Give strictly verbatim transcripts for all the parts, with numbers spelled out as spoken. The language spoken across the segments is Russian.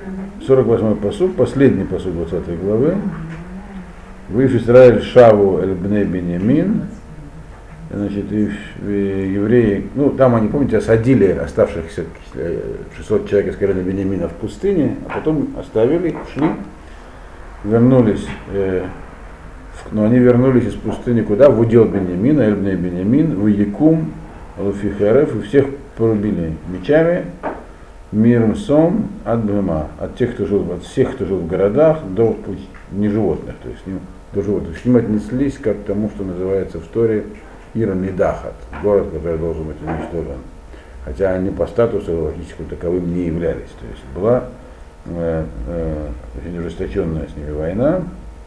сорок восьмой пасук, последний пасук двадцатой главы. Выш Исраэль Шаву эль бней Беньямин. Значит, и, и евреи, ну там они, помните, осадили оставшихся шестьсот человек из колена Беньямина в пустыне, а потом оставили, ушли, вернулись, э, в, но они вернулись из пустыни куда? В удел Беньямина, эль бней Беньямин, в Якум, Луфихарев, и всех порубили мечами, миром сом от Бема, от тех, кто жил, от всех, кто жил в городах, до не животных, то есть до животных. С ним отнеслись как к тому, что называется в Торе Ира Нидахат, город, который должен быть уничтожен. Хотя они по статусу логически таковым не являлись. То есть была э, э, очень ожесточенная с ними война.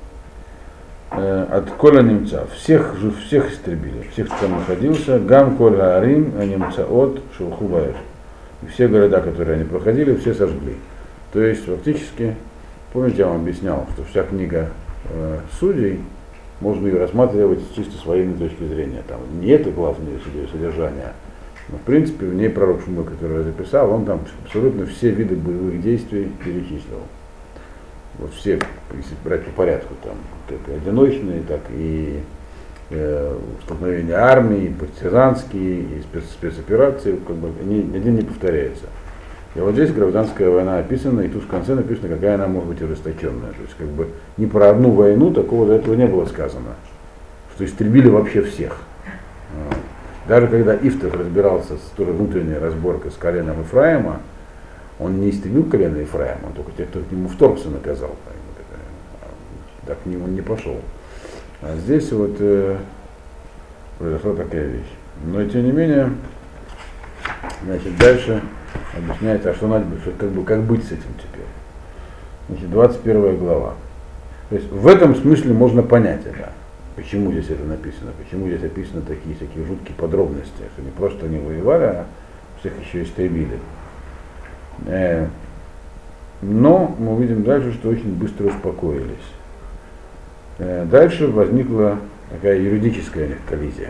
Э, от Коля немца. Всех, всех истребили, всех, кто там находился. Гам Коля Арим, а немца от Шулхубаев. И все города, которые они проходили, все сожгли. То есть фактически, помните, я вам объяснял, что вся книга э, судей, можно ее рассматривать чисто с военной точки зрения. Там не это главное ее содержание, но в принципе в ней пророк Шмуэль, который записал, он там абсолютно все виды боевых действий перечислил. Вот все, если брать по порядку, там как и одиночные, так и э, столкновения армии, и партизанские, и спец, спецоперации, как бы они, один не повторяется. И вот здесь гражданская война описана, и тут в конце написано, какая она может быть ожесточенная. То есть как бы ни про одну войну такого до этого не было сказано, что истребили вообще всех. Даже когда Ифтах разбирался с тоже внутренней разборкой с коленом Ефраима, он не истребил колено Ефраима, он только тех, кто к нему вторгся, наказал. Так к нему он не пошел. А здесь вот э, произошла такая вещь. Но тем не менее, значит, дальше объясняется, а что надо, что, как, бы, как быть с этим теперь. Значит, двадцать первая глава. То есть в этом смысле можно понять это, почему здесь это написано, почему здесь описаны такие всякие жуткие подробности, что не просто они воевали, а всех еще истребили. Э, но мы увидим дальше, что очень быстро успокоились. Э, дальше возникла такая юридическая коллизия.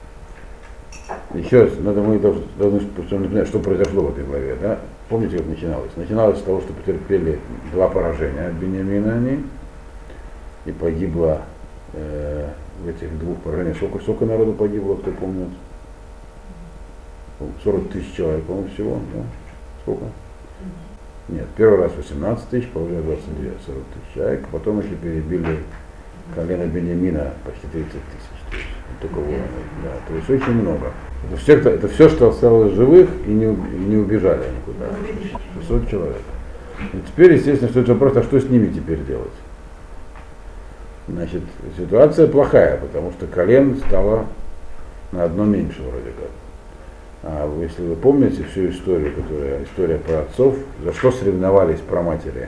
Еще раз, надо, мы должны, должны напоминать, что произошло в этой главе. Да? Помните, как начиналось? Начиналось с того, что потерпели два поражения от Беньямина они, и погибло э, в этих двух поражениях. Сколько, сколько народу погибло, кто помнит? сорок тысяч человек, по-моему, всего. Да? Сколько? Нет, первый раз восемнадцать тысяч, по-моему, двадцать две, сорок тысяч человек. Потом еще перебили колено Беньямина почти тридцать тысяч. То есть, только воины, да, то есть очень много. Это все, это все, что осталось живых и не, не убежали никуда. шестьсот человек. И теперь, естественно, что это вопрос, а что с ними теперь делать? Значит, ситуация плохая, потому что колен стало на одно меньше вроде как. А если вы помните всю историю, которая история про отцов, за что соревновались праматери?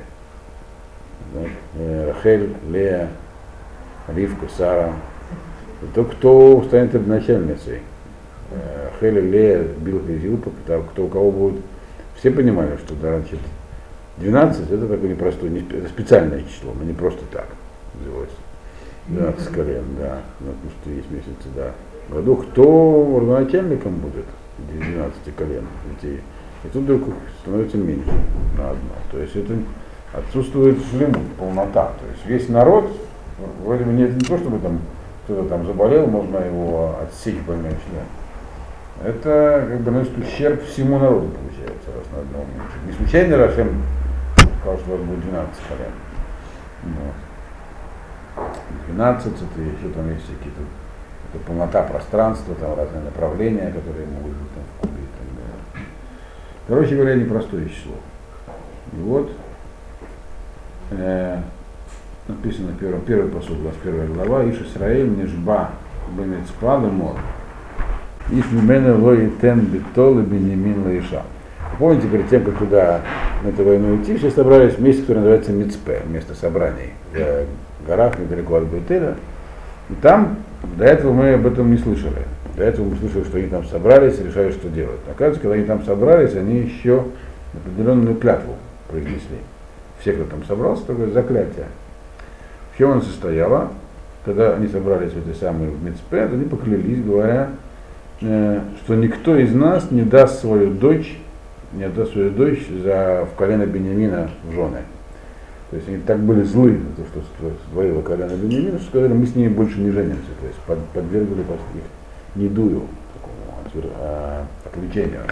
Да? Рахель, Лея, Ривка, Сара. То, кто станет начальницей. Рахель и Лея, Билха и Зилпа, кто у кого будет. Все понимали, что да, значит, двенадцать это такое непростое, это специальное число, но не просто так взялось. двенадцать колен, да. Ну, потому что есть месяцы, да. В году кто родоначальником будет двенадцати колен детей. И тут вдруг становится меньше на одно. То есть это отсутствует шлемут, полнота. То есть весь народ, вроде бы нет, не то, чтобы там кто-то там заболел, можно его отсечь больной член. Это как бы наносит ущерб всему народу, получается, раз на одного меньше. Не случайно Рашем сказал, что у вас будет двенадцать колен. Вот. двенадцать, это еще там есть какие-то, это полнота пространства, там разные направления, которые могут быть там в кубе и так далее. Короче говоря, непростое число. И вот э, написано первый, первый посуд, двадцать первая глава, Иш Исраэль Нишба Бенецпа Лемор. Иш Мимене Лой Тен Битол и Бенемин Лаиша. Помните, перед тем, как туда на эту войну идти, все собрались в месте, которое называется Мицпе, место собраний, в горах недалеко от Бейтеля. И там, до этого мы об этом не слышали. До этого мы слышали, что они там собрались и решали, что делать. Оказывается, когда они там собрались, они еще определенную клятву произнесли. Все, кто там собрался, такое заклятие. В чем оно состояло? Когда они собрались в этой самой в Мицпе, они поклялись, говоря, что никто из нас не даст свою дочь не отдаст свою дочь за, в колено Беньямина в жены. То есть они так были злы за то, что сотворило колено Беньямина, что сказали, мы с ними больше не женимся. То есть под, подвергли их недую, такому а, отвлечению.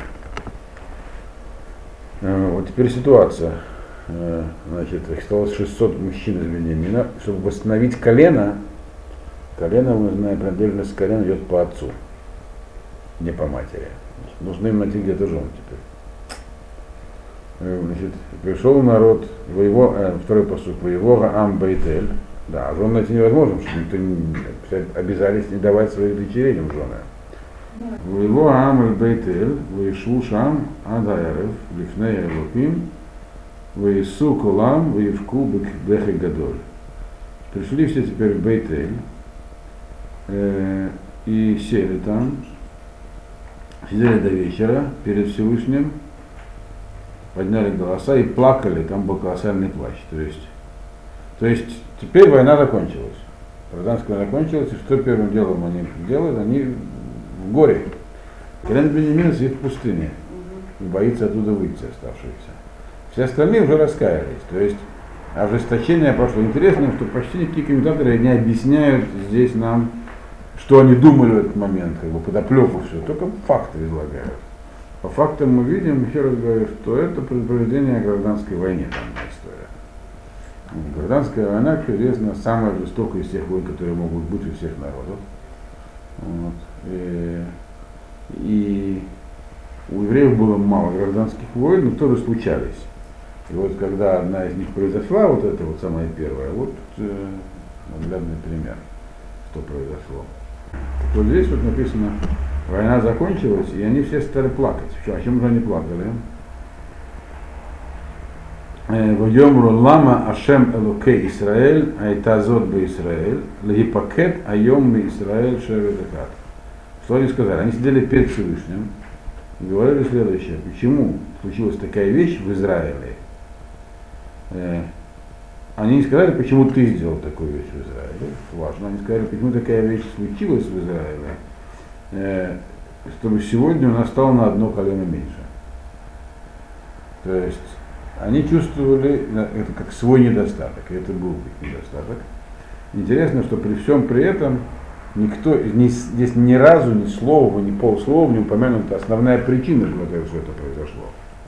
А, вот теперь ситуация. А, значит, осталось шестьсот мужчин из Беньямина. Чтобы восстановить колено, колено, мы знаем, принадлежность колена идет по отцу, не по матери. Значит, нужно им найти где-то жен теперь. Значит, пришел народ, воево, э, второй посуд, воевога Ам Бейтель. Да, жен найти невозможно, потому что никто не, обязались не давать своих дочерей им жены. Воево Ам Бейтель, воешу Шам Адаярев, Лифнея Лупим, воесу Колам, воевку Бехе Гадоль. Пришли все теперь в Бейтель э, и сели там, сидели до вечера перед Всевышним, подняли голоса и плакали, там был колоссальный плач. То есть, то есть теперь война закончилась. Гражданская война закончилась, и что первым делом они делают? Они в горе. Колено Беньямина сидит в пустыне и боится оттуда выйти, оставшиеся. Все остальные уже раскаялись. То есть ожесточение прошло. Интересно, что почти никакие комментаторы не объясняют здесь нам, что они думали в этот момент, как бы подоплеку все, только факты излагают. По фактам мы видим, еще раз говорю, что это предупреждение о гражданской войне, там история. Гражданская война, как известно, самая жестокая из всех войн, которые могут быть у всех народов. Вот. И, и у евреев было мало гражданских войн, но тоже случались. И вот когда одна из них произошла, вот это вот самая первая, вот э, наглядный пример, что произошло. Вот здесь вот написано, война закончилась, и они все стали плакать. Что, о чем же они плакали? Войомру лама Ашем Элокей Исраэль, Айтазот бы Исраэль, Легипакет Айом ми Исраэль Шеветахат. Что они сказали? Они сидели перед Всевышним и говорили следующее. Почему случилась такая вещь в Израиле? Они не сказали, почему ты сделал такую вещь в Израиле. Важно. Они сказали, почему такая вещь случилась в Израиле, чтобы сегодня у нас стало на одно колено меньше. То есть они чувствовали это как свой недостаток, и это был их недостаток. Интересно, что при всем при этом никто ни, здесь ни разу, ни слова, ни полслова не упомянута основная причина, для того, что это произошло.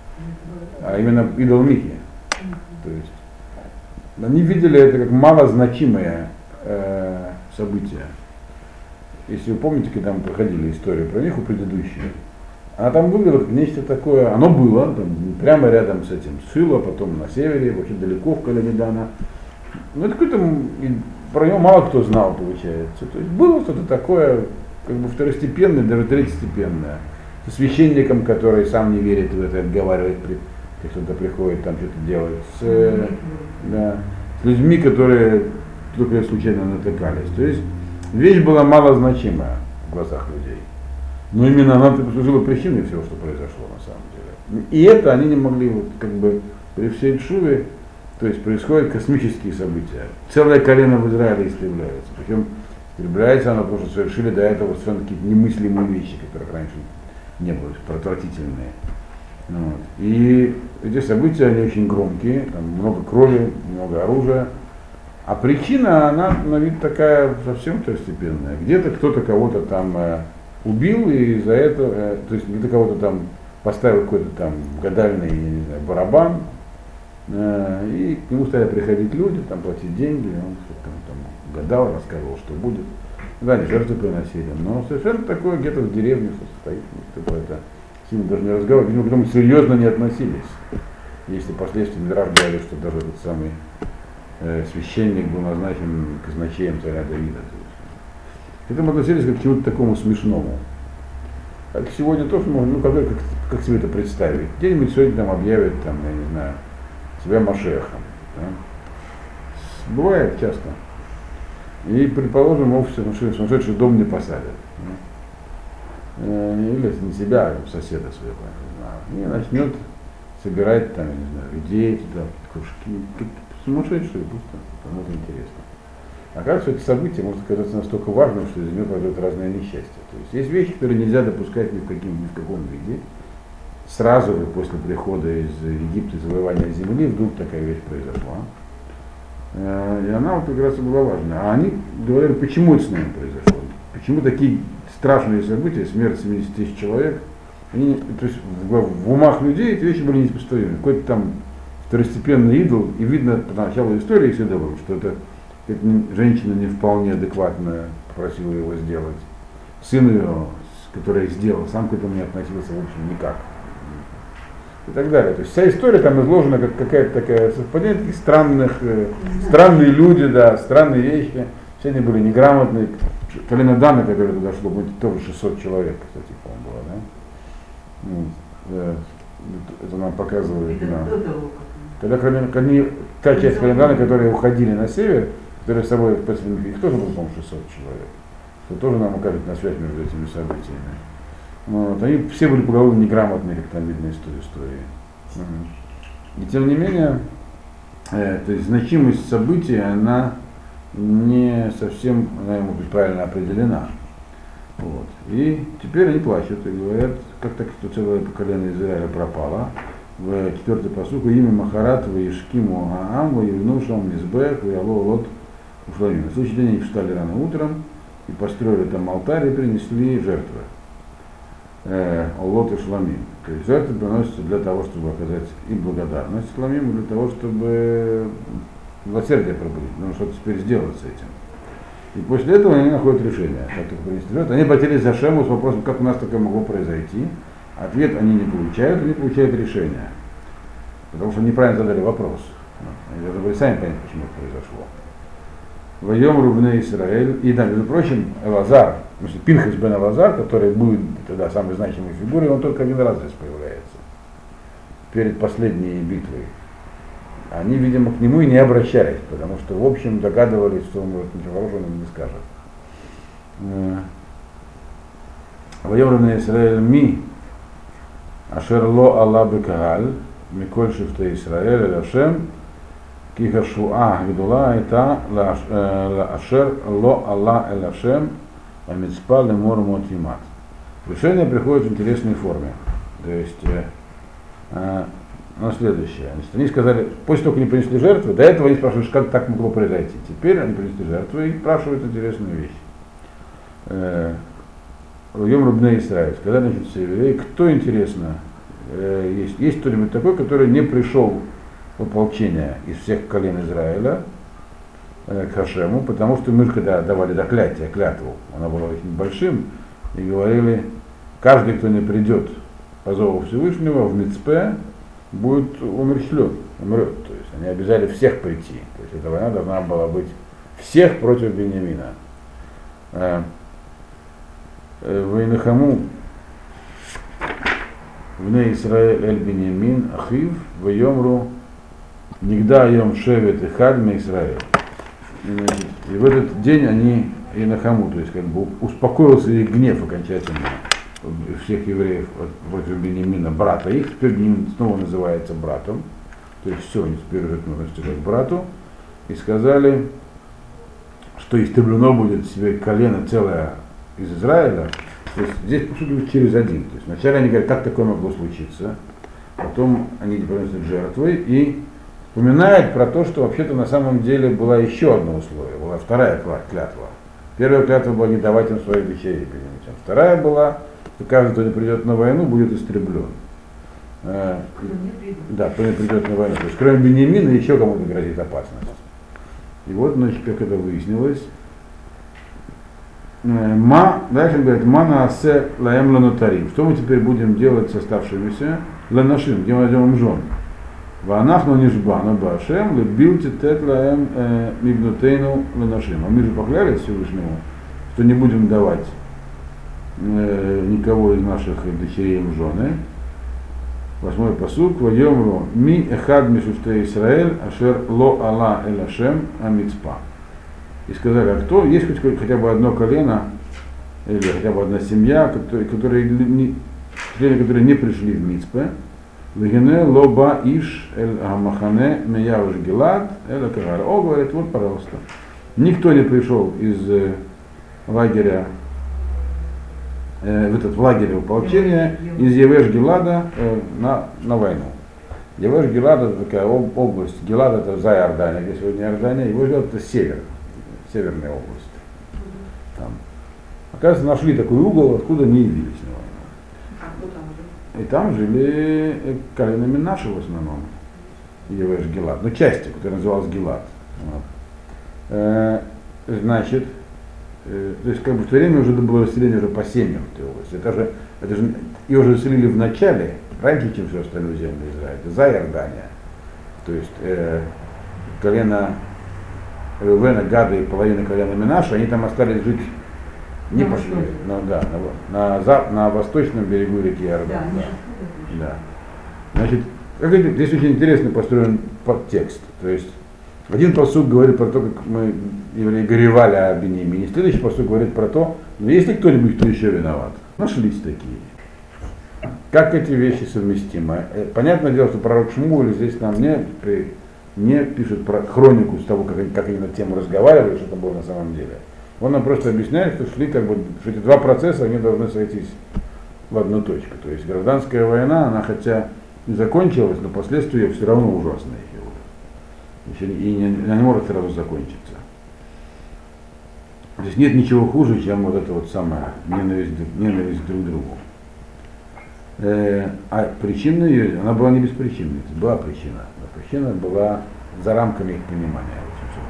А именно идол Михи. То есть они видели это как малозначимое э, событие. Если вы помните, когда мы проходили историю про Миху предыдущую, она там выглядела как нечто такое, оно было там, прямо рядом с этим Шило, потом на севере, вообще далеко в Калемидана. Ну это какой-то, про него мало кто знал, получается. То есть было что-то такое, как бы второстепенное, даже третьестепенное. Со священником, который сам не верит в это, отговаривает, при, кто-то приходит там что-то делать. С, э, да, с людьми, которые только случайно натыкались. То есть вещь была малозначимая в глазах людей. Но именно она послужила причиной всего, что произошло на самом деле. И это они не могли, вот, как бы, при всей шуве, то есть происходят космические события. Целое колено в Израиле истребляется. Причем истребляется оно, потому что совершили до этого совершенно какие-то немыслимые вещи, которых раньше не было, отвратительные. Вот. И эти события, они очень громкие, там много крови, много оружия. А причина, она на вид такая совсем второстепенная. Где-то кто-то кого-то там э, убил, и за это, э, то есть где-то кого-то там поставил какой-то там гадальный, я не знаю, барабан, э, и к нему стали приходить люди, там платить деньги, и он что-то там, там гадал, рассказывал, что будет. Да, не жертвы приносили, но совершенно такое где-то в деревне что стоит, что это сильно даже не разговаривать, видимо, к этому серьезно не относились. Если впоследствии Мидраш говорит, что даже этот самый э, священник был назначен казначеем царя Давида. К этому относились как к чему-то такому смешному. Как сегодня тоже можно, ну как, как, как себе это представить. Где-нибудь сегодня там объявят, там, я не знаю, себя Машехом. Да? Бывает часто. И, предположим, в офисе сумасшедший дом не посадят. Или на себя, а соседа своего, не знаю. И начнет собирать там, я не знаю, людей, туда, кружки. Сумасшедшие, просто кому-то интересно. Оказывается, это событие может оказаться настолько важным, что из него произойдет разные несчастья. То есть есть вещи, которые нельзя допускать ни в, каким, ни в каком виде. сразу же после прихода из Египта, завоевания земли, вдруг такая вещь произошла. И она вот как раз и была важна. А они говорили, почему это с нами произошло. Почему такие страшные события, смерть семьдесят тысяч человек, они, то есть в, в умах людей эти вещи были несопоставимы. Какой-то там второстепенный идол, и видно по началу истории всегда было, что это, это не, женщина не вполне адекватно просила его сделать. Сын ее, который сделал, сам к этому не относился в общем никак. И так далее. То есть вся история там изложена как какая-то такая совпадение таких странных, э, странные люди, да, странные вещи. Все они были неграмотные. Колено Дана, которое туда шло, будет тоже шестьсот человек, кстати, по-моему, было, да? Ну, да. Это нам показывает. Да. Когда колено, та часть колена Дана, которые уходили на север, которые с собой спасли, их тоже было, по-моему, шестьсот человек. Что тоже нам укажет на связь между этими событиями. Вот. Они все были поголовно неграмотные, как там видно из той истории. Угу. И тем не менее, э, то есть значимость события, она не совсем, она может быть правильно определена. Вот. И теперь они плачут и говорят, как так, что целое поколение Израиля пропало. В четвертый посуд, имя Махарат, Ваишкиму Аам, Ваевнушам, Мизбех, Ваяло Лот Уфламим. В следующий день они встали рано утром и построили там алтарь и принесли жертвы. Олот и Шламим. То есть жертвы приносятся для того, чтобы оказать и благодарность Шламим, и для того, чтобы милосердие пробудить, нужно что-то теперь сделать с этим. И после этого они находят решение, как только принести жертву. Они обратились за Шему с вопросом, как у нас такое могло произойти. Ответ они не получают, они получают решение. Потому что неправильно задали вопрос. Они должны были сами понять, почему это произошло. Вайом Рубне Исраэль, и да, между прочим, Элазар, Пинхас бен Элазар, который будет тогда самой значимой фигурой, он только один раз здесь появляется, перед последней битвой. Они, видимо, к нему и не обращались, потому что, в общем, догадывались, что он ничего хорошего нам не скажет. Вайом Рубне Исраэль ми, ашерло Алла бекагаль, миколь шифте Исраэль, Элашем, Кихашуа Гдула это Ашер Ло Алла Элашем Амицпа Лемор Мотимат. Решение приходит в интересной форме. То есть э, оно следующее. Они сказали, после того, как они принесли жертву, до этого они спрашивали, как так могло произойти. Теперь они принесли жертву и спрашивают интересную вещь. Йом Рубне Исраэль. Сказали, значит, все евреи, кто интересно, э, есть, есть кто-нибудь такой, который не пришел ополчения из всех колен Израиля э, к Хашему, потому что мы, когда давали заклятие, клятву, она была очень большим, и говорили, каждый, кто не придет по зову Всевышнего в Мицпе, будет умерщвлен, умрет. То есть они обязали всех прийти. То есть эта война должна была быть всех против Беньямина. Вейнахаму вне Исраэль эль Беньямин Ахив Вейомру Нигда Йом Шевет и Хадме Исраэль. И в этот день они и Нахаму, то есть как бы успокоился их гнев окончательно всех евреев против Беньямина, брата их. Теперь Беньямин снова называется братом. То есть все, они теперь уже относятся как к брату. И сказали, что истреблено будет себе колено целое из Израиля. То есть здесь, по сути, через один. То есть вначале они говорят, как такое могло случиться. Потом они приносят жертвы и упоминает про то, что вообще-то на самом деле было еще одно условие, была вторая клятва. Первая клятва была не давать им своих дочерей. Вторая была, что каждый, кто не придет на войну, будет истреблен. А, да, кто не придет на войну. То есть кроме Беньямина еще кому-то грозит опасность. И вот, значит, как это выяснилось. Ма, дальше он говорит, ма наасе лаэм ланотарим. Что мы теперь будем делать с оставшимися? Ланашим, где мы найдем им жен. Ванахну нишбану башем, лебилти тет лаэм мигнутейну ланашим. А мы же поклялись Всевышнему, что не будем давать э, никого из наших дочерей им жены. Восьмой пасук. Вайомру ми эхад мишуфте Исраэль, ашер ло Алла эль Ашем амицпа. И сказали, а кто, есть хоть, хотя бы одно колено, или хотя бы одна семья, которые, которые, не, члены, которые не пришли в Мицпе, Вегене лоба иш эль амахане меяуш гилад эль акагар. О, говорит, вот, пожалуйста. Никто не пришел из э, лагеря э, в этот в лагере ополчения из Евеш-Гилада э, на, на войну. Евеш-Гилад это такая область, Гилад это за Иордания, где сегодня Иордания, Евеш-Гилад это север, северная область. Там. Оказывается, нашли такой угол, откуда не явились на войну. И там жили коленами наши в основном, Евеш-Гилад, ну части, которая называлась Гилад. Вот. Э, значит, э, то есть как бы в то время уже было расселение уже по семьям в этой области. Это же, это же, ее уже расселили в начале, раньше, чем все остальное земли Израиля, это за Иордания. То есть э, колено Рувена, Гада и половина колена Менаша, они там остались жить не по на, да, на, на, на, на восточном берегу реки Иордан. Да, да. Да. Значит, как это, здесь очень интересно построен подтекст. То есть один посуд говорит про то, как мы, евреи, горевали о Беньямине. Следующий посуд говорит про то, есть ли кто-нибудь, кто еще виноват. Нашлись такие. Как эти вещи совместимы? Понятное дело, что пророк Шмуэль здесь нам не, не пишет про хронику с того, как они, как они на тему разговаривали, что это было на самом деле. Он нам просто объясняет, что шли как бы, что эти два процесса, они должны сойтись в одну точку. То есть гражданская война, она хотя и закончилась, но последствия все равно ужасные. И не, она не может сразу закончиться. Здесь нет ничего хуже, чем вот эта вот самая ненависть, ненависть друг к другу. Э, а причина ее, она была не беспричинной, это была причина. Но причина была за рамками их понимания.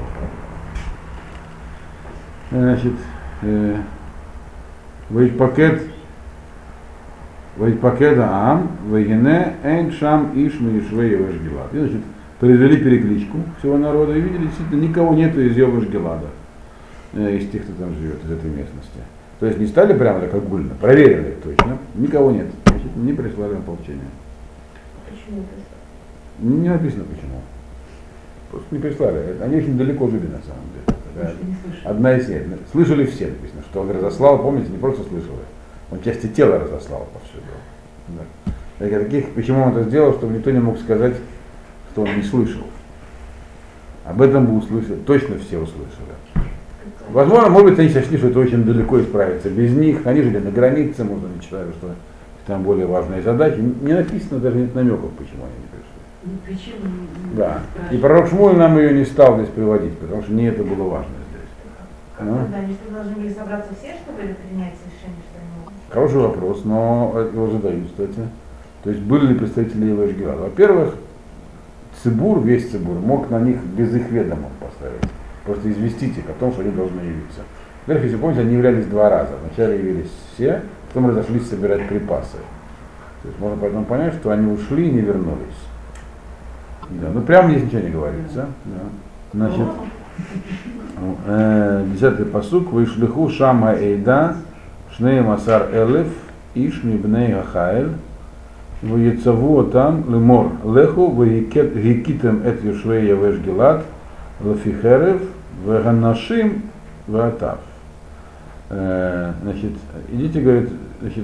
Значит, э, Вайпакет Вайпакеда Ам, Вайгене, Эйн Шам Ишма Ишвей Евеш-Гилад. Значит, произвели перекличку всего народа и видели, действительно, никого нету из Евеш-Гилада, э, из тех, кто там живет, из этой местности. То есть не стали прямо так огульно, проверили точно, никого нет, значит, не прислали ополчение. Почему прислали? Не написано почему. Просто не прислали. Они очень далеко жили на самом деле. Да. Одна из них. Слышали все, написано, что он разослал, помните, не просто слышали, он части тела разослал повсюду. Да. Таких, почему он это сделал, чтобы никто не мог сказать, что он не слышал. Об этом бы услышали, точно все услышали. Возможно, может быть, они сочли, что это очень далеко исправиться без них. Они жили на границе, может, они считали, что там более важные задачи. Не написано, даже нет намеков, почему они не пришли. Почему? Да. И пророк Шмуэль нам ее не стал здесь приводить, потому что не это было важно здесь. Как ну? Да, они что, должны были собраться все, чтобы принять решение, что они... Хороший вопрос, но его задают, кстати. То есть были ли представители Евеш-Гилада? Во-первых, Цибур, весь Цибур, мог на них без их ведома поставить. Просто известить их о том, что они должны явиться. Во-первых, если помните, они являлись два раза. Вначале явились все, потом разошлись собирать припасы. То есть можно поэтому понять, что они ушли и не вернулись. Да, ну прямо здесь ничего не говорится. Да. Значит, э, десятый пасук. Вышлиху Шама Эйда, Шней Масар Элев, Иш Мибней Гахаэль, Вуецаву там Лемор Леху, Вуекитем Эт Юшвей Евеш-Гилад, Лафихерев, Веганашим, Веатав. Значит, идите, говорит, значит,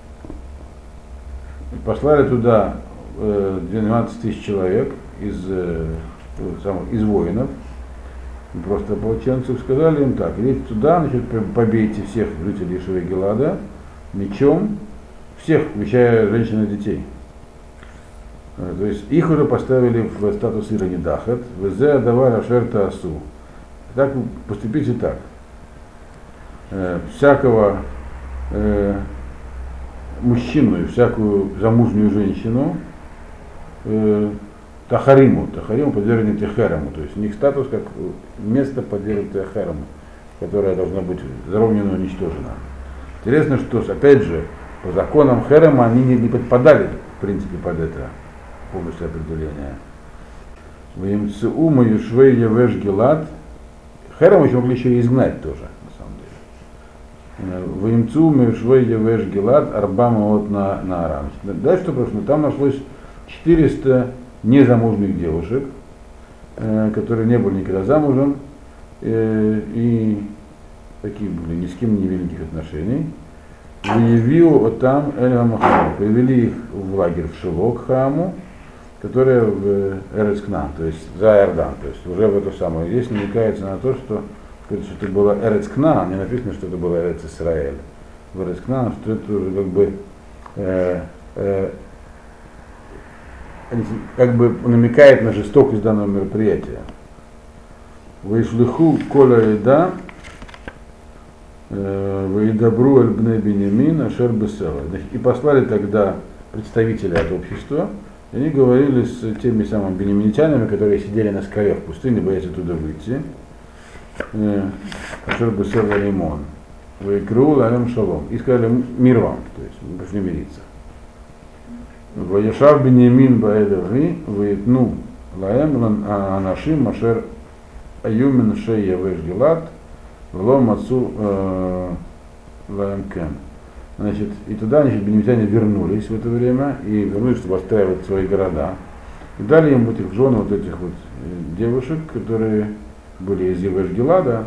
послали туда двенадцать тысяч человек из, из воинов, просто ополченцев, сказали им так: идите туда, значит, побейте всех жителей Евеш-Гилада мечом, всех, включая женщин и детей. То есть их уже поставили в статус Иранидахат, везе давай ашерта асу. Так поступите так. Э, всякого э, мужчину и всякую замужнюю женщину э, тахариму, тахариму подвергнете херему, то есть у них статус как место подвергнутое херему, которое должно быть заровнено и уничтожено. Интересно, что опять же по законам херема они не, не подпадали в принципе под это полностью определение. Ваимцеу Маюшвей Евеш-Гилад. Херем еще могли еще и изгнать тоже, на самом деле. Ваимцеу Маюшвей Евеш-Гилад Арбама от на, на Арам. Дальше что прошло? Там нашлось четыреста незамужних девушек, э, которые не были никогда замужем, э, и такие были ни с кем не великих отношений. Выявил там Эль-Хамахам. Привели их в лагерь в Шило к Хаму, которая в Эрец-Кнан, то есть за Иордан, то есть уже в эту самую. Здесь намекается на то, что, что это было Эрец-Кнан, не написано, что это было Эрец-Исраэль. в Эрец-Кнаан, что это уже как бы э, э, как бы намекает на жестокость данного мероприятия. Вышлиху кола еда, выедабру эль бне Биньямин ашер бесела. И послали тогда представителей от общества, и они говорили с теми самыми бенеминитянами, которые сидели на скале в пустыне, боясь оттуда выйти. Ашер бесела лимон. Выигрул алем шалом. И сказали мир вам, то есть мы пошли мириться. Ваешав Биньямин баэдаври, выетну лаэм анашим ашер аюмин шей явеш гилат, влом отцу лаэм кен. Значит, и туда, значит, бенемитяне вернулись в это время и вернулись, чтобы отстраивать свои города. И дали им этих жен вот этих вот девушек, которые были из Явеш Гилада,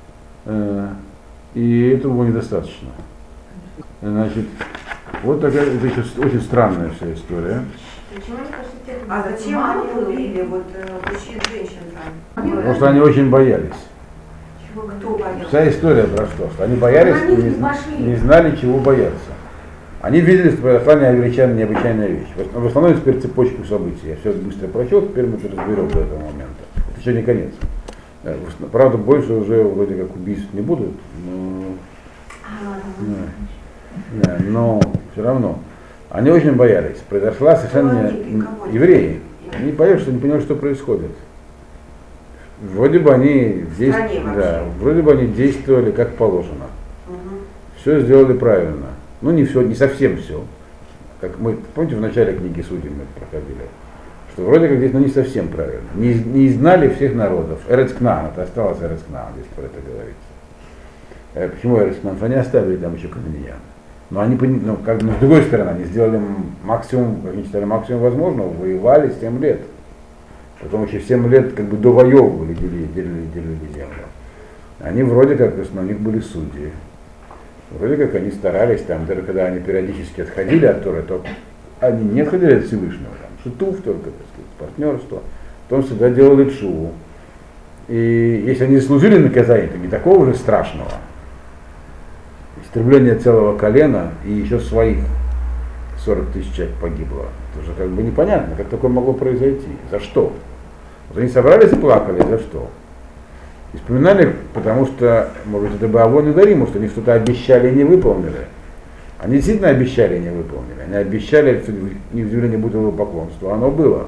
и этого было недостаточно. Значит, вот такая, это еще очень странная вся история. А зачем они убили вот мужчин, женщин там? Потому что они очень боялись. Кто боялся? Вся история про что? Что они боялись и не, не знали, чего бояться. Они видели, что произошла необычайная, необычайная вещь. В основном теперь цепочку событий. Я все быстро прочел, теперь мы это разберем до этого момента. Это еще не конец. Правда, больше уже вроде как убийств не будут, но, но, но все равно. Они очень боялись. Произошла совершенно не... евреи. Они боялись, что не понимали, что происходит. Вроде бы они действовали, да, вроде бы они действовали как положено. Угу. Все сделали правильно. Ну не все, не совсем все. Как мы, помните, в начале книги Судей мы проходили, что вроде как здесь, но не совсем правильно. Не, не изгнали всех народов. Эрец-Кнаан, это осталось Эрец-Кнаан, здесь про это говорится. Почему Эрец-Кнаан? Они оставили там еще кананеян. Но они, ну, как бы, с другой стороны, они сделали максимум, как они считали, максимум возможного, воевали семь лет. Потом еще семь лет как бы довоевывали, делили, делили, делили землю. Они вроде как, у них были судьи. Вроде как они старались, там, даже когда они периодически отходили от Торы, то они не отходили от Всевышнего, там, шитуф только, так сказать, партнерство, потом всегда делали тшуву. И если они служили наказанием, то не такого же страшного. Истребление целого колена и еще своих сорок тысяч человек погибло. Это же как бы непонятно, как такое могло произойти, за что. Вот они собрались и плакали, за что. И вспоминали, потому что, может быть, это бы Авон и Дарим, что они что-то обещали и не выполнили. Они действительно обещали и не выполнили. Они обещали, что не удивление будет его поклонство, оно было.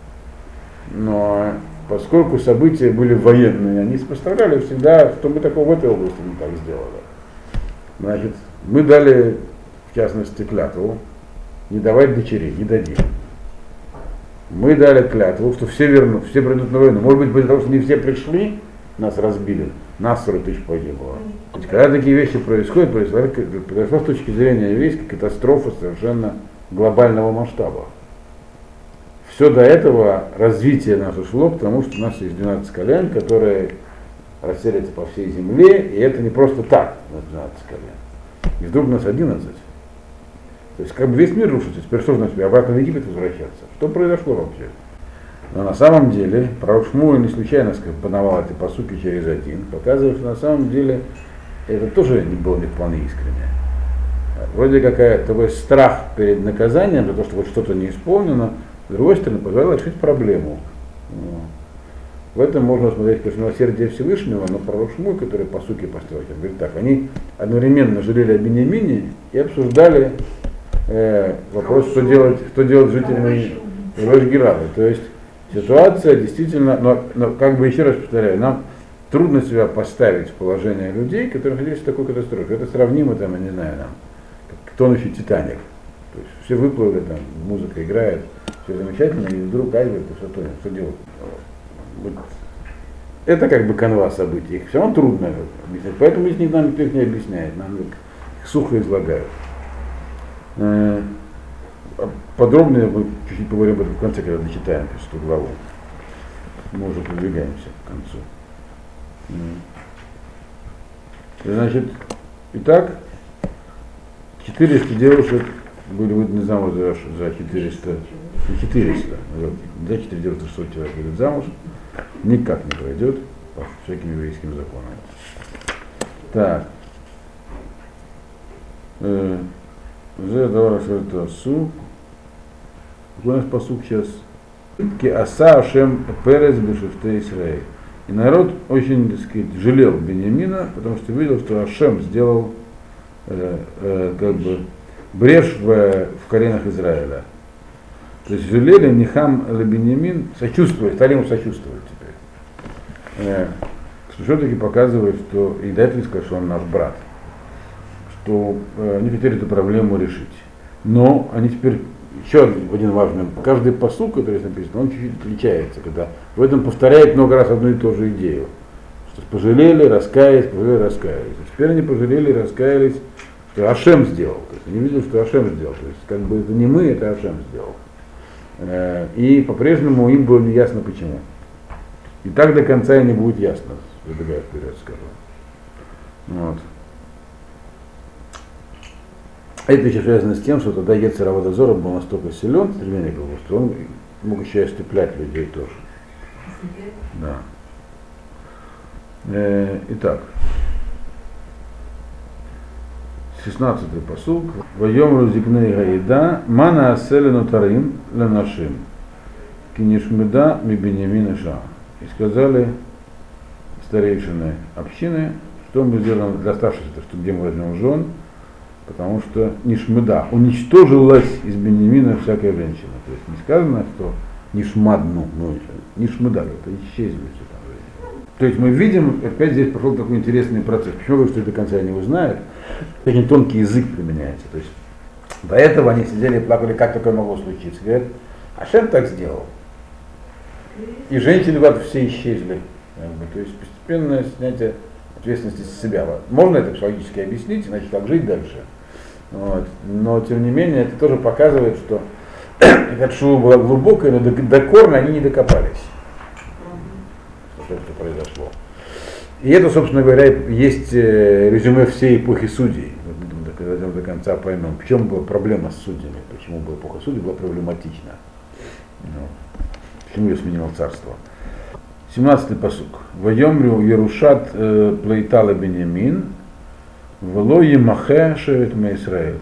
Но поскольку события были военные, они поставляли всегда, что мы такого в этой области не так сделали. Значит, мы дали, в частности, клятву не давать дочерей, не дадим. Мы дали клятву, что все вернут, все придут на войну. Может быть, потому что не все пришли, нас разбили, нас сорок тысяч погибло. Когда такие вещи происходят, произошла с точки зрения еврейской катастрофа совершенно глобального масштаба. Все до этого развитие наше шло, потому что у нас есть двенадцать колен, которые расселятся по всей земле, и это не просто так, двенадцать колен. И вдруг нас одиннадцать. То есть как бы весь мир рушится, теперь что значит, обратно в Египет возвращаться? Что произошло вообще? Но на самом деле, пророк Шмуэль не случайно подавал эти пасуки через один, показывая, что на самом деле это тоже не было не вполне искренне. Вроде какая такой страх перед наказанием за то, что вот что-то не исполнено, с другой стороны, позволило решить проблему. В этом можно смотреть, конечно, милосердие Всевышнего, но пророк Шмуэль, который по сути построил, он говорит так, они одновременно жалели о Биньямине и обсуждали э, вопрос, что делать, что делать с жителями Явеш Гилада. То есть ситуация действительно, но, но как бы еще раз повторяю, нам трудно себя поставить в положение людей, которые находились в такой катастрофе. Это сравнимо, там, я не знаю, там, как тонущий Титаник. То есть все выплыли, там, музыка играет, все замечательно, и вдруг айвер, ты что тонет, что делать? Вот. Это как бы канва событий, их все равно трудно объяснять, поэтому из них нам никто их не объясняет, нам их сухо излагают. Подробнее мы чуть-чуть поговорим об этом в конце, когда дочитаем эту главу. Мы уже продвигаемся к концу. Значит, итак, четыреста девушек были выданы замуж за, за четыреста, четыреста, за четыре девушки шестьсот человек выйдут замуж, никак не пройдет по всяким еврейским законам. Так. Зе давара шерта су. Какой у нас посук сейчас? Ки аса ашем перец бешефте Исраэль. И народ очень, так сказать, жалел Беньямина, потому что видел, что Ашем сделал э, э, как бы брешь в, в коленах Израиля. То есть жалели Нихам или Беньямин, сочувствовали, стали ему сочувствовать теперь. Э, что все-таки показывает, что и до этого сказал, что он наш брат, что э, они хотели эту проблему решить. Но они теперь еще один важный, каждый пасук, который здесь написан, он чуть-чуть отличается, когда в этом повторяет много раз одну и ту же идею. Что пожалели, раскаялись, пожалели, раскаялись. А теперь они пожалели, раскаялись, что Ашем сделал. То есть они видели, что Ашем сделал. То есть как бы это не мы, это Ашем сделал. И по-прежнему им было не ясно почему. И так до конца и не будет ясно, забегая вперед скажу. Вот. Это еще связано с тем, что тогда Ецер а-Водозора был настолько силен, стремление было, что он мог еще и остеплять людей тоже. Да. Э, итак, шестнадцатый пасук. Вайом рузикней гаида, мана аселену тарим ленашим, кинишмеда ми Беньямин иша. И сказали старейшины общины, что мы сделаем для оставшихся, что где мы возьмем жен, потому что Нишмеда, уничтожилась из Беньямина всякая женщина. То есть не сказано, что Нишмадну, ну, Нишмеда, это исчезли все там женщины. То есть мы видим, опять здесь пошел такой интересный процесс. Почему я говорю, что до конца не узнают? Очень тонкий язык применяется. То есть до этого они сидели и плакали, как такое могло случиться. Говорят, Ашем так сделал. И женщины вот все исчезли. То есть постепенное снятие ответственности с себя. Можно это психологически объяснить, значит, как жить дальше. Вот. Но, тем не менее, это тоже показывает, что эта шува была глубокая, но до, до корня они не докопались. Что, что произошло. И это, собственно говоря, есть резюме всей эпохи судей. Когда дойдем до конца, поймем, в чем была проблема с судьями, почему была эпоха судей была проблематична. Ну, почему ее сменило царство. семнадцатый пасук. Вайомрю Ярушат плейтала Беньямин, вело емахе шевет ме Исраэль.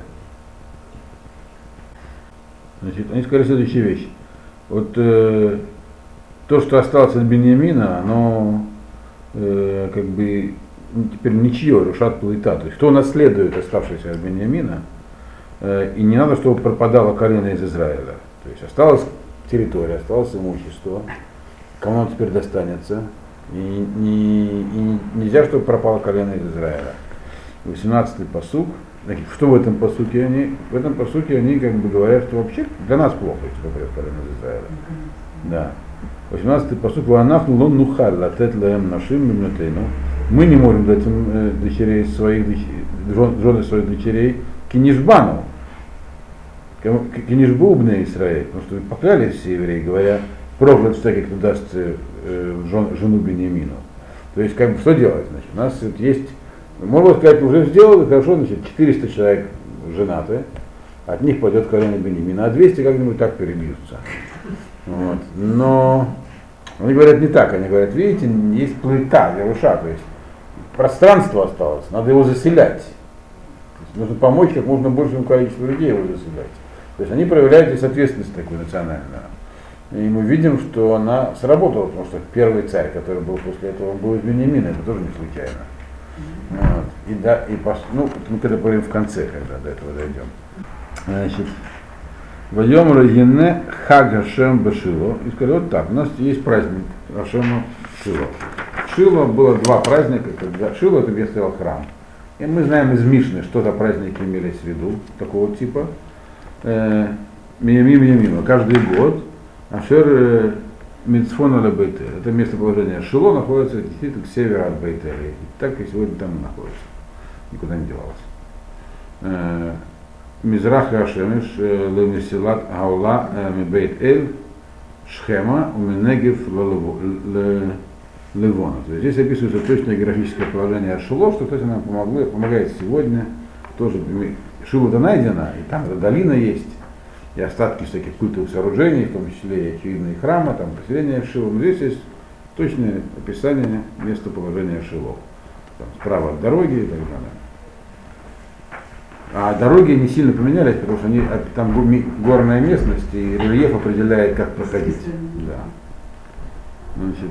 Значит, они сказали следующую вещь. Вот э, то, что осталось от Беньямина, оно э, как бы теперь ничье, Рушат плейта. То есть кто наследует оставшееся от Беньямина, э, и не надо, чтобы пропадало колено из Израиля. То есть осталась территория, осталось имущество. Кому оно теперь достанется? И, не, и нельзя, чтобы пропало колено из Израиля. восемнадцатый пасук. Значит, что в этом пасуке они? В этом пасуке они как бы говорят, что вообще для нас плохо, если пропадет колено из Израиля. Да. восемнадцатый пасук. Ванафну лон нухаль латет лаэм нашим мимнатейну. Мы не можем дать им э, дочерей своих дочерей, жены своих дочерей кинишбану. Кинишбу бне Исраэль. Потому что поклялись все евреи, говоря, проклят всякий, кто даст э, жен, жену Беньямину. То есть, как бы, что делать? Значит, у нас вот есть, можно сказать, уже сделали, хорошо, значит, четыреста человек женаты, от них пойдет колено Беньямина, а двести как-нибудь так перебьются. Вот. Но они говорят не так, они говорят, видите, есть плита, Яруша, то есть пространство осталось, надо его заселять. Нужно помочь как можно большему количеству людей его заселять. То есть они проявляют здесь ответственность такую национальную. И мы видим, что она сработала, потому что первый царь, который был после этого, он был из Беньямина, это тоже не случайно. Вот. И да, и пос... ну, мы когда поговорим в конце, когда до этого дойдем. Значит, Вайом Рагине Хаг Ашем Башило. И сказали, вот так, у нас есть праздник Ашема Шило. Шило было два праздника, когда Шило это где стоял храм. И мы знаем из Мишны, что за праздники имелись в виду, такого типа. Миньямин Миньямину. Каждый год Ашер Мицфон аля Бейтель. Это местоположение Шило находится действительно к северу от Бейтеля. И так и сегодня там находится. Никуда не девалось. Мизрах Ашемиш Лемисилат Гаула Мибейт-Эль Шхема Уминегев Левона. Здесь описывается точное географическое положение Шило, что, кстати, нам помогло, помогает сегодня. Тоже Шило-то найдено, и там долина есть, и остатки всяких культовых сооружений, в том числе и очевидные храмы, там поселение Шило. Но здесь есть точное описание местоположения Шило. Там, справа от дороги и так далее. А дороги не сильно поменялись, потому что они, там горная местность, и рельеф определяет, как проходить. Да. Значит,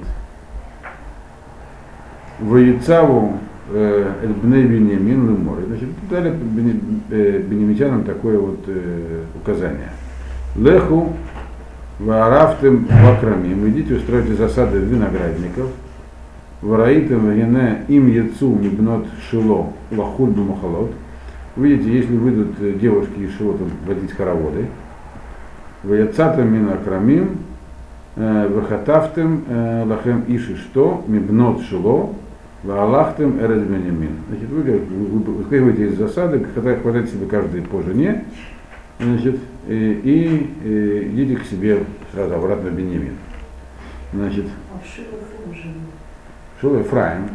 Воицаву Эльбней Беньямин Лемор. Значит, дали бенемитянам такое вот э, указание. Леху ваарафтым вакрамим. Идите устроите засады виноградников. Вараитым вагене им яцу мибнот шило лахуль бумахалот. Видите, если выйдут девушки из шило там водить хороводы. Ваяцатым минакрамим. Вахатафтым лахем иши что мибнот шило. Ваалахтем эред Беньямин. Значит, вы, вы выходите из засады, хватайте себе каждый по жене, значит, и, и, и идите к себе сразу обратно в Беньямин. Значит, а в Шило уже? Шило Ефраим.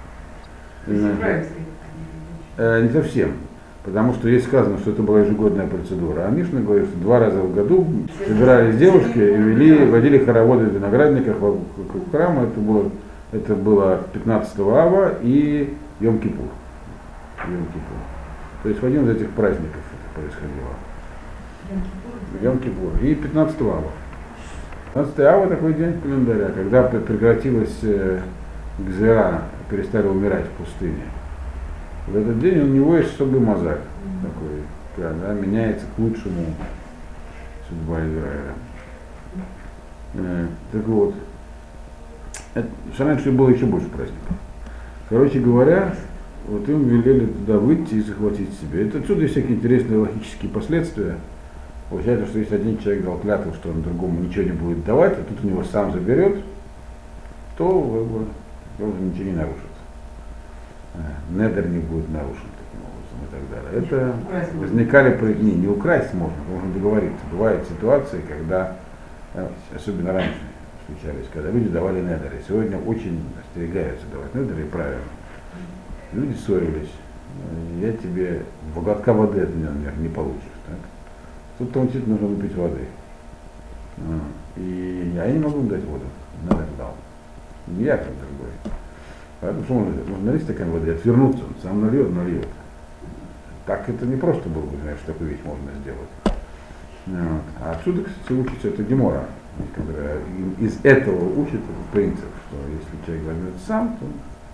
Э, не совсем. Потому что есть сказано, что это была ежегодная процедура. А Мишна говорит, что два раза в году собирались девушки и вели, водили хороводы в виноградниках в храм. Это было Это было пятнадцатого ава и Йом-Кипур. Йом-Кипур. То есть в один из этих праздников это происходило. Йом-Кипур. И пятнадцатого ава. пятнадцатого ава такой день календаря, когда прекратилась э, Гзера, перестали умирать в пустыне. В этот день у него есть особый мозаль. Mm-hmm. Такой, когда меняется к лучшему судьба Израиля. Э, так вот. Это, раньше было еще больше праздников. Короче говоря, вот им велели туда выйти и захватить себе. Это отсюда есть всякие интересные логические последствия. Получается, что если один человек дал клятву, что он другому ничего не будет давать, а тут у него сам заберет, то он ничего не нарушит. Недер не будет нарушен таким образом и так далее. Это возникали, не, не украсть можно, можно договориться. Бывают ситуации, когда, особенно раньше, встречались, когда люди давали недеры. Сегодня очень остерегаются давать недеры, и правильно. Люди ссорились. Я тебе в глотка воды от меня, наверное, не получишь. Так? Тут там действительно нужно выпить воды. И я не могу дать воду. Недер дал. Не я, как другой. Поэтому что можно сделать? Можно налить стакан воды, отвернуться, он сам нальет, нальет. Так это не просто было бы, знаешь, такую вещь можно сделать. Вот. А отсюда, кстати, учится это Гемора, которая из этого учит этот принцип, что если человек возьмет сам, то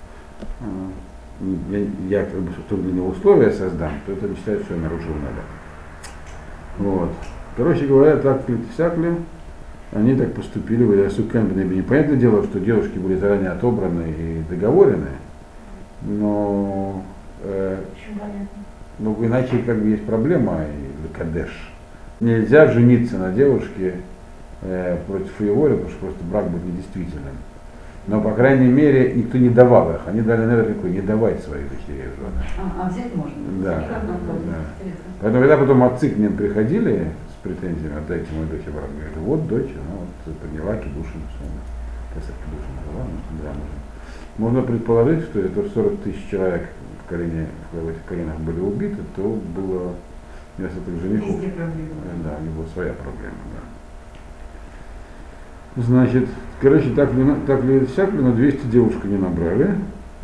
э, я, я как бы что для него условия создам, то это не считает, что я нарушил надо. Вот. Короче говоря, так ли всякли, они так поступили в Ясукем бен-Беньямин. Понятное дело, что девушки были заранее отобраны и договорены, но э, ну, иначе как бы есть проблема и кадеш. Нельзя жениться на девушке э, против ее воли, потому что просто брак будет недействительным. Но, по крайней мере, никто не давал их. Они дали наверное не давать своих дочерей в жены. А, а взять можно? Да. да. Поэтому, когда потом отцы к ним приходили с претензиями, отдайте мою дочь обратно, говорят, вот дочь, она вот подняла кидушин, да, можно предположить, что это сорок тысяч человек в, колене, в этих коленах были убиты, то было вместо этих женихов. Да, у него своя проблема, да. Значит, короче, так ли, так ли всяк ли, но двести девушек не набрали.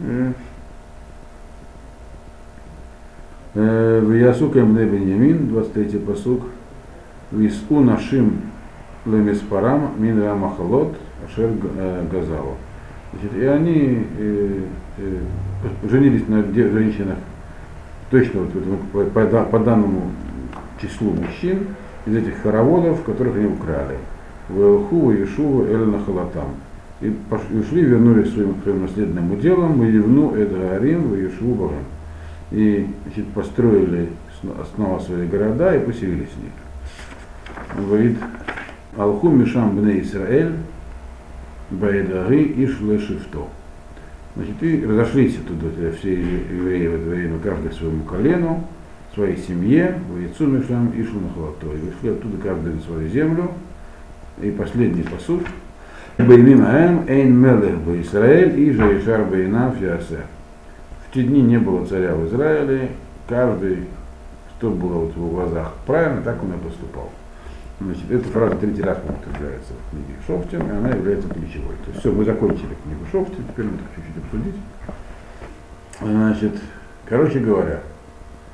В Ясукем бен Беньямин, двадцать третий пасук, Вису нашим лемиспарам мин махалот ашер газалу. Значит, и они э, э, женились на женщинах точно вот, по, по, по данному числу мужчин из этих хороводов, которых они украли. Вэлху, Иешува, Эль Нахалатам. И ушли, вернулись своим, своим наследным уделом, Воевну, Эдгарим, Воешву, Багам. И значит, построили снова свои города и поселились в них. Говорит, Алху Мишам бне Исраэль, Баэдаги Ишле Шифто. Значит, и разошлись оттуда все евреи в это время, каждый своему колену, своей семье, в яйцу Мишам Ишле Нахалато. И вышли оттуда каждый на свою землю. И последний пасук. Беймим аэм эйн мелех бе Исраэль и жаишар бейнав ясе. В те дни не было царя в Израиле, каждый, что было вот в его глазах правильно, так он и поступал. Значит, эта фраза третий раз повторяется в книге Шофтим, и она является ключевой. То есть все, мы закончили книгу Шофтим, теперь надо чуть-чуть обсудить. Значит, короче говоря,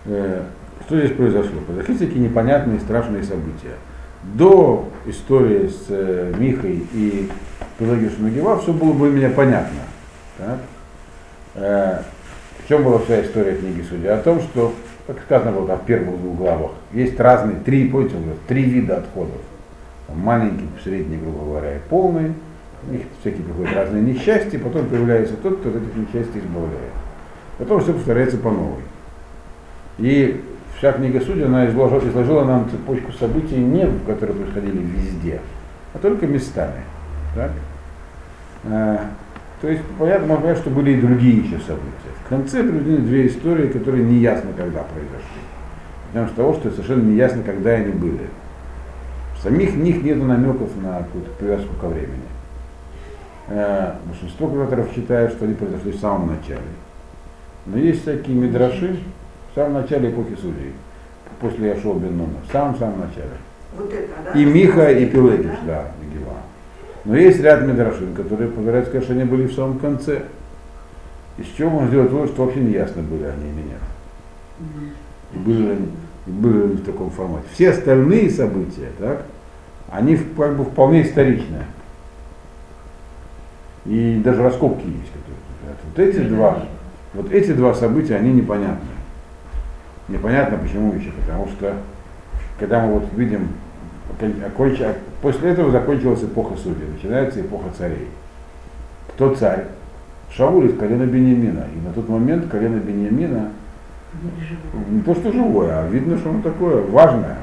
Э, что здесь произошло? Произошли такие непонятные страшные события. До истории с э, Михой и Пелагеем Нагива все было более-менее понятно. Так? Э, в чем была вся история книги Судья? О том, что, как сказано было там в первых двух главах, есть разные, три, помните, три вида отходов. Там маленькие, средние, грубо говоря, и полные. У них всякие приходят разные несчастья, потом появляется тот, кто от этих несчастий избавляет. Потом все повторяется по новой. И вся книга Судей, она изложила, изложила нам цепочку событий, не которые происходили везде, а только местами. Так? А, то есть, понятно, можно понять, что были и другие еще события. В конце приведены две истории, которые не ясно, когда произошли. Потому что того, что совершенно не ясно, когда они были. В самих них нет намеков на какую-то привязку ко времени. А, большинство комментаторов считают, что они произошли в самом начале. Но есть всякие мидраши в самом начале эпохи Судей, после Яшуа бен Нуна, в самом-самом начале. Вот это, да? И Миха, и Пелагея, да, и Гива. Но есть ряд мидрашим, которые позволяют сказать, что они были в самом конце. Из чего можно сделать вывод, что вообще не ясно, были они или нет. И были ли они, и были ли они в таком формате. Все остальные события, так, они как бы вполне историчные. И даже раскопки есть. Вот эти два, вот эти два события, они непонятны. Непонятно почему еще, потому что когда мы вот видим, оконч... после этого закончилась эпоха Судей, начинается эпоха царей. Кто царь? Шауль из колена Беньямина. И на тот момент колено Беньямина не то что живое, а видно, что оно такое важное.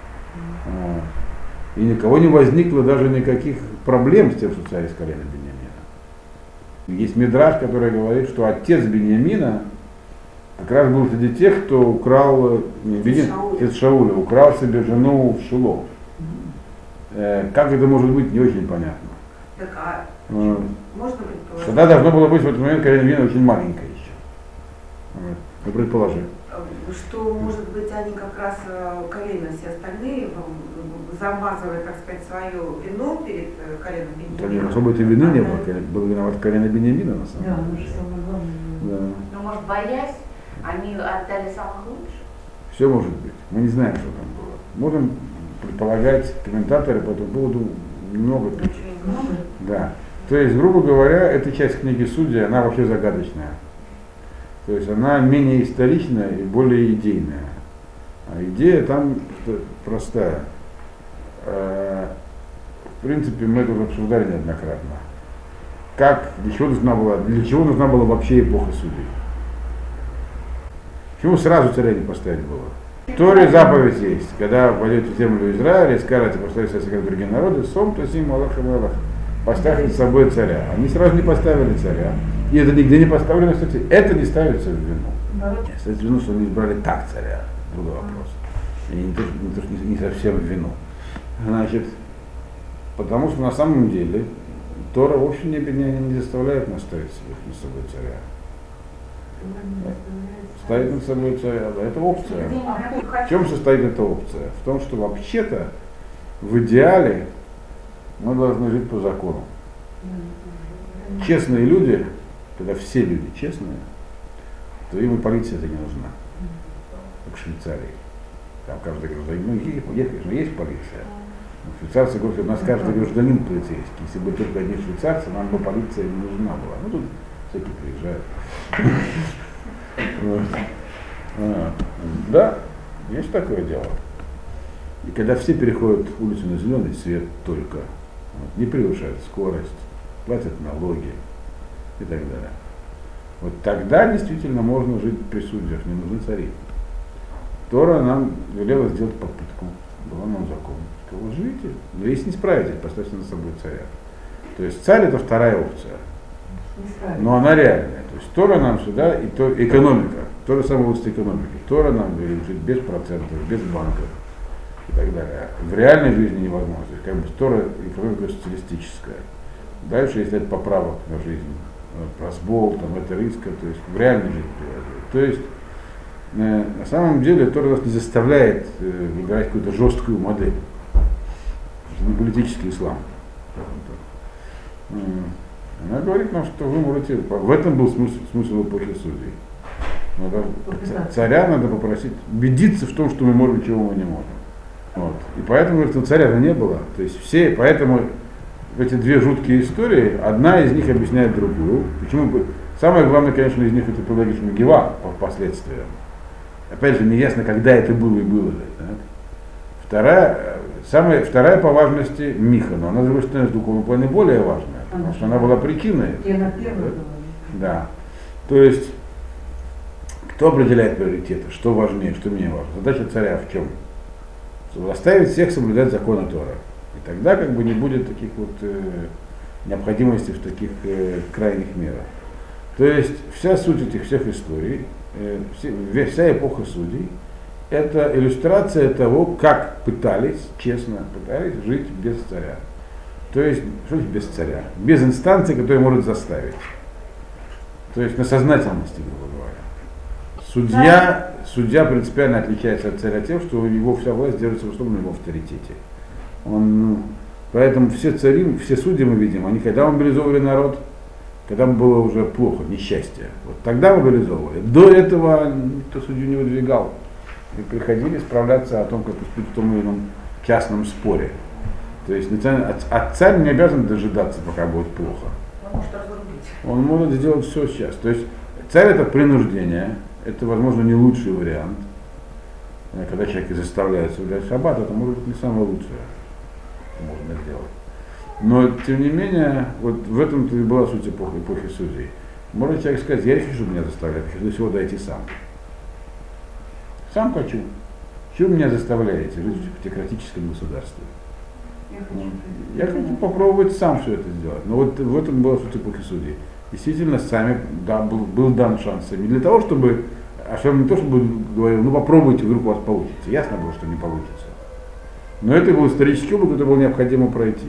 И никого не возникло даже никаких проблем с тем, что царь из колена Беньямина. Есть мидраш, который говорит, что отец Беньямина как раз был среди тех, кто украл, Бенин, отец Шауля, украл себе жену в Шило. Э, как это может быть, не очень понятно. Так, а э, можно предположить? Тогда должно было быть в этот момент колено Беньямина очень маленькое еще. Вот. Ну, предположи. Что, может быть, они как раз колено, все остальные, замазывая, так сказать, свою вину перед коленом Беньямина. Особо этой вины не было, был виноват колено Беньямина на самом деле. Да, ну же самое главное. Да. Ну, может, боясь, они отдали самых лучших? Все может быть. Мы не знаем, что там было. Можем предполагать, комментаторы по этому поводу много пишут. Да. То есть, грубо говоря, эта часть книги Судей, она вообще загадочная. То есть она менее историчная и более идейная. А идея там простая. В принципе, мы это уже обсуждали неоднократно. Как, для чего нужна была, для чего нужна была вообще эпоха Судей? Почему сразу царя не поставить было? В Торе заповедь есть, когда войдете в землю Израиля и скажете, поставьте себя как другие народы, сом, тосим, Аллах и Аллах, поставьте с собой царя. Они сразу не поставили царя. И это нигде не поставлено, кстати, это не ставится в вину. Ставится в вину, что они избрали так царя, другой вопрос. И не, то, не, то, не, не совсем в вину. Значит, потому что на самом деле Тора вовсе не, не, не заставляет нас ставить себе над собой царя. Ставить над собой царя, да, это опция. В чем состоит эта опция? В том, что вообще-то в идеале мы должны жить по закону. Честные люди, когда все люди честные, то им и полиция это не нужна. Как в Швейцарии. Там каждый гражданин, ну есть, конечно, есть полиция. Но швейцарцы говорят, что у нас каждый гражданин полицейский. Если бы только одни швейцарцы, нам бы полиция не нужна была. Ну тут всякие приезжают. Да, есть такое дело. И когда все переходят улицу на зеленый свет только, не превышают скорость, платят налоги и так далее. Вот тогда действительно можно жить при судьях, не нужны цари. Тора нам велела сделать попытку, была нам закон. Сказала, живите, но если не справитесь, поставьте над собой царя. То есть царь это вторая опция, но она реальная. То есть Тора нам сюда, и то, экономика, Тора самая высшая экономика. Тора нам велит жить без процентов, без банков и так далее. В реальной жизни невозможно. То есть как бы Тора экономика социалистическая. Дальше есть ряд поправок на жизнь. Просбол, там, это риска, то есть в реальной жизни привязывает. То есть э, на самом деле Тора нас не заставляет э, выбирать какую-то жесткую модель. Это не политический ислам. Она говорит нам, что вы можете. В этом был смысл, смысл эпохи Судей. Надо, царя надо попросить, убедиться в том, что мы можем, чего мы не можем. Вот. И поэтому, говорит, ну, царя-то не было. То есть все, поэтому эти две жуткие истории, одна из них объясняет другую. Почему бы? Самое главное, конечно, из них это Пелагис Мегила по последствиям. Опять же, неясно, когда это было и было ли. Да? Вторая, самая, вторая по важности Миха, но она, с другой стороны, в духовном плане более важная, потому что она была причиной. Я на первую Да. То есть, кто определяет приоритеты, что важнее, что менее важно? Задача царя в чем? Заставить всех соблюдать законы Тора. И тогда как бы не будет таких вот э, необходимости в таких э, крайних мерах. То есть вся суть этих всех историй, э, все, вся эпоха судей, это иллюстрация того, как пытались, честно пытались жить без царя. То есть, что значит без царя? Без инстанции, которая может заставить. То есть на сознательности, грубо говоря. Судья, судья принципиально отличается от царя тем, что его вся власть держится в основном на его авторитете. Он, поэтому все цари, все судьи мы видим, они когда мобилизовывали народ, когда было уже плохо, несчастье, вот тогда мобилизовывали. До этого никто судью не выдвигал. И приходили справляться о том, как поступить в том или ином частном споре. То есть а царь не обязан дожидаться, пока будет плохо. Он может разрубить. Он может сделать все сейчас. То есть царь это принуждение, это, возможно, не лучший вариант. Когда человек заставляет соблюдать шаббат, это может быть не самое лучшее, что можно сделать. Но, тем не менее, вот в этом-то и была суть эпохи, эпохи судей. Может человек сказать, я не хочу, чтобы меня заставляют, я хочу до всего дойти сам. Сам хочу. Чего вы меня заставляете жить в теократическом государстве? Я хочу, Я хочу попробовать сам все это сделать. Но вот в этом была суть эпохи судей. Действительно, сами, да, был, был дан шанс не для того, чтобы, а чтобы не то, чтобы говорил, ну попробуйте, вдруг у вас получится. Ясно было, что не получится. Но это был исторический опыт, это было необходимо пройти.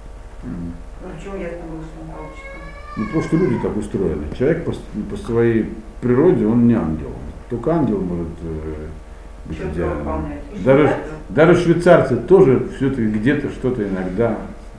Ну почему ясно было, что не получится? Ну потому что люди так устроены. Человек по, по своей природе, он не ангел. Только ангел может э, быть Что-то идеальным. выполняет. И Даже, что даже швейцарцы тоже все-таки где-то что-то иногда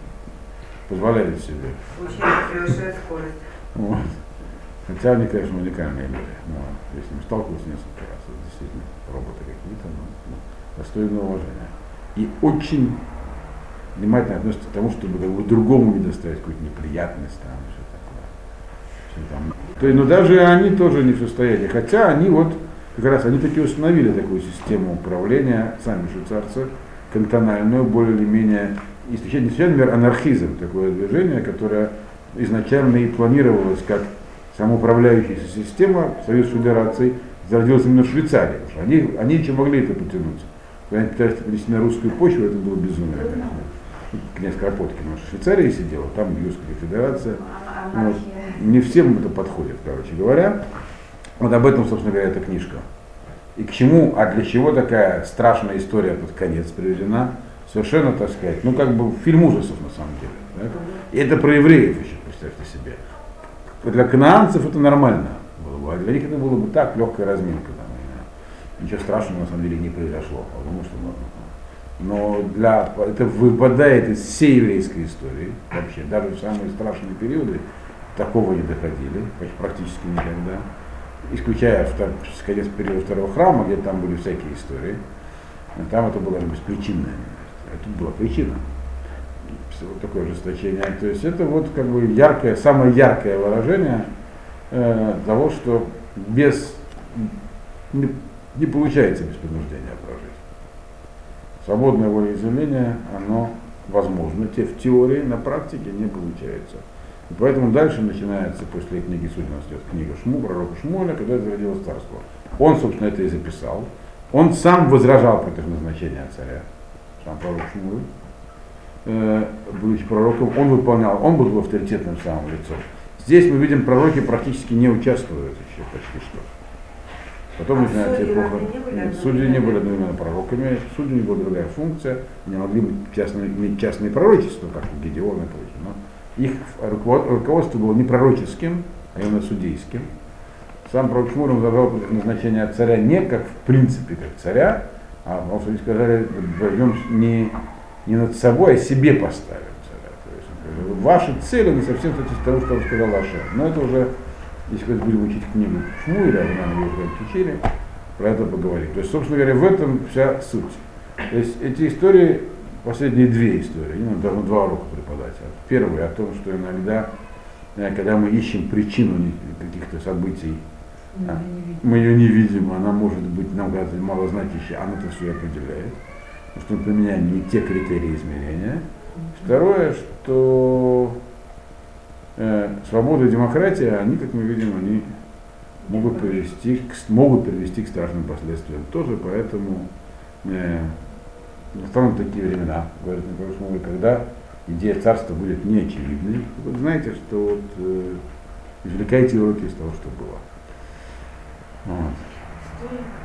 позволяют себе. Случайно превышает скорость. Вот. Хотя они, конечно, уникальные люди. Но я с ним сталкивался несколько раз. Это действительно роботы какие-то, но, но достойны уважения. И очень внимательно относятся к тому, чтобы как бы, другому не доставить какую-то неприятность, там, все такое. Все там. То есть, но даже они тоже не в состоянии. Хотя они вот, как раз, они таки установили такую систему управления, сами швейцарцы, кантональную, более или менее, и не например, анархизм, такое движение, которое изначально и планировалось как самоуправляющаяся система Союз Федераций, зародилась именно в Швейцарии. Потому что они, они еще могли это потянуть. Когда они пытались перенести на русскую почву, это было безумие, конечно. Князь Кропоткин в Швейцарии сидел, там Южская Федерация. Вот. Не всем это подходит, короче говоря. Вот об этом, собственно говоря, эта книжка. И к чему, а для чего такая страшная история под конец приведена, совершенно, так сказать, ну как бы фильм ужасов на самом деле. Да? И это про евреев еще, представьте себе. Для канаанцев это нормально было бы, а для них это было бы так, легкая разминка. Там, ничего страшного на самом деле не произошло, потому что но для, это выпадает из всей еврейской истории вообще, даже в самые страшные периоды такого не доходили, практически никогда, исключая втор, конец периода второго храма, где там были всякие истории, там это было беспричинное, а тут была причина. Вот такое ожесточение. То есть это вот как бы яркое, самое яркое выражение э, того, что без не, не получается без принуждения прожить. Свободное волеизъявление, оно возможно, те в теории, на практике не получается. И поэтому дальше начинается, после книги Судей, у нас идет книга Шму, пророка Шмуэля, когда зародилось царство. Он, собственно, это и записал. Он сам возражал против назначения царя, сам пророк Шмуэль. Э, будучи пророком, он выполнял, он был авторитетным самым лицом. Здесь мы видим, пророки практически не участвуют еще почти что. Потом А начинается судьи эпоха. разве не были Нет, судьи не были одновременно пророками, судьи не была другая функция, они могли быть частные, иметь частные пророчества, как у Гедеона и прочее, но их руководство было не пророческим, а именно судейским. Сам пророк Шмуэль возражал против назначения царя не как в принципе как царя, а потому что они сказали, возьмем не не над собой, а себе поставим царя. То есть, ваши цели не совсем соответствуют тому, что он сказал Ашем. Но это уже Если когда будем учить книгу Шмуэля, вы нам ее уже учили, про это поговорим. То есть, собственно говоря, в этом вся суть. То есть эти истории, последние две истории, они нам должны два урока преподать. Первый о том, что иногда, когда мы ищем причину каких-то событий, а, мы ее не видим, она может быть нам кажется малозначащей, она это все определяет. Потому что мы применяем не те критерии измерения. Второе, что э, свобода и демократия, они, как мы видим, они могут привести к, могут привести к страшным последствиям тоже, поэтому э, настанут такие времена, говорит Николай, когда идея царства будет неочевидной. Вы знаете, что вот, э, извлекайте уроки из того, что было. Вот.